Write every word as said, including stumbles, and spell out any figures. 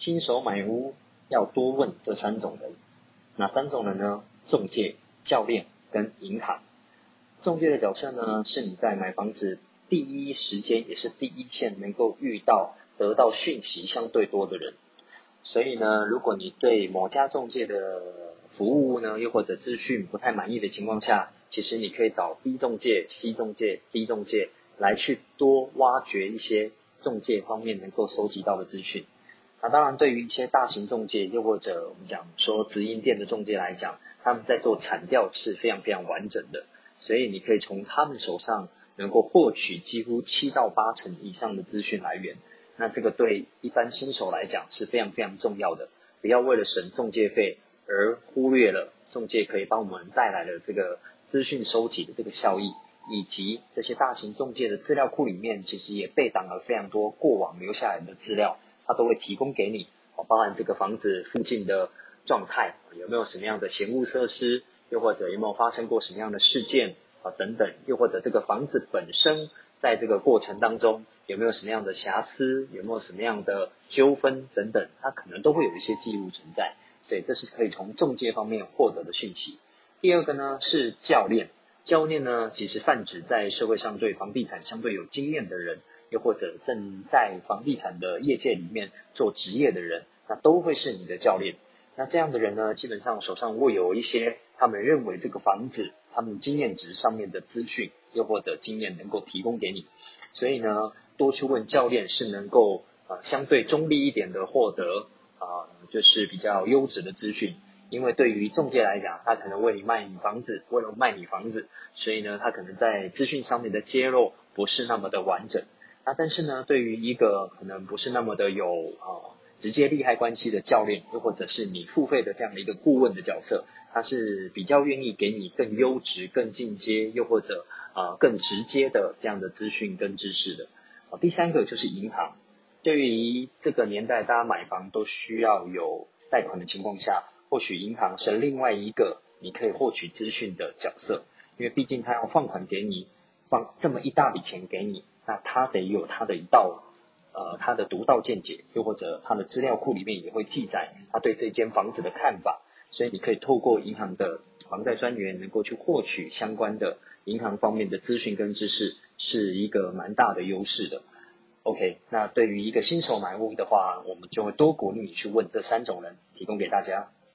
新手买屋要多问这三种人。哪三种人呢？仲介、教练跟银行。仲介的角色呢，是你在买房子第一时间也是第一线能够遇到得到讯息相对多的人。所以呢，如果你对某家仲介的服务呢，又或者资讯不太满意的情况下，其实你可以找 B 仲介、C 仲介、D 仲介来去多挖掘一些仲介方面能够收集到的资讯。那当然，对于一些大型仲介，又或者我们讲说直营店的仲介来讲，他们在做产调是非常非常完整的，所以你可以从他们手上能够获取几乎七到八成以上的资讯来源。那这个对一般新手来讲是非常非常重要的，不要为了省仲介费而忽略了仲介可以帮我们带来的这个资讯收集的这个效益，以及这些大型仲介的资料库里面其实也备档了非常多过往留下来的资料，它都会提供给你，包含这个房子附近的状态，有没有什么样的嫌恶设施，又或者有没有发生过什么样的事件啊等等，又或者这个房子本身在这个过程当中有没有什么样的瑕疵，有没有什么样的纠纷等等，它可能都会有一些记录存在，所以这是可以从仲介方面获得的讯息。第二个呢是教练，教练呢其实泛指在社会上对房地产相对有经验的人，又或者正在房地产的业界里面做职业的人，那都会是你的教练。那这样的人呢，基本上手上握有一些他们认为这个房子他们经验值上面的资讯，又或者经验能够提供给你，所以呢多去问教练是能够呃相对中立一点的获得啊、呃、就是比较优质的资讯。因为对于仲介来讲，他可能为你卖你房子，为了卖你房子，所以呢他可能在资讯上面的揭露不是那么的完整。那但是呢对于一个可能不是那么的有呃直接利害关系的教练，又或者是你付费的这样的一个顾问的角色，他是比较愿意给你更优质、更进阶，又或者呃更直接的这样的资讯跟知识的。呃、第三个就是银行，对于这个年代大家买房都需要有贷款的情况下，或许银行是另外一个你可以获取资讯的角色，因为毕竟他要放款给你，放这么一大笔钱给你，那他得有他的一道呃他的独到见解，又或者他的资料库里面也会记载他对这间房子的看法，所以你可以透过银行的房贷专员能够去获取相关的银行方面的资讯跟知识，是一个蛮大的优势的。OK， 那对于一个新手买屋的话，我们就会多鼓励你去问这三种人，提供给大家。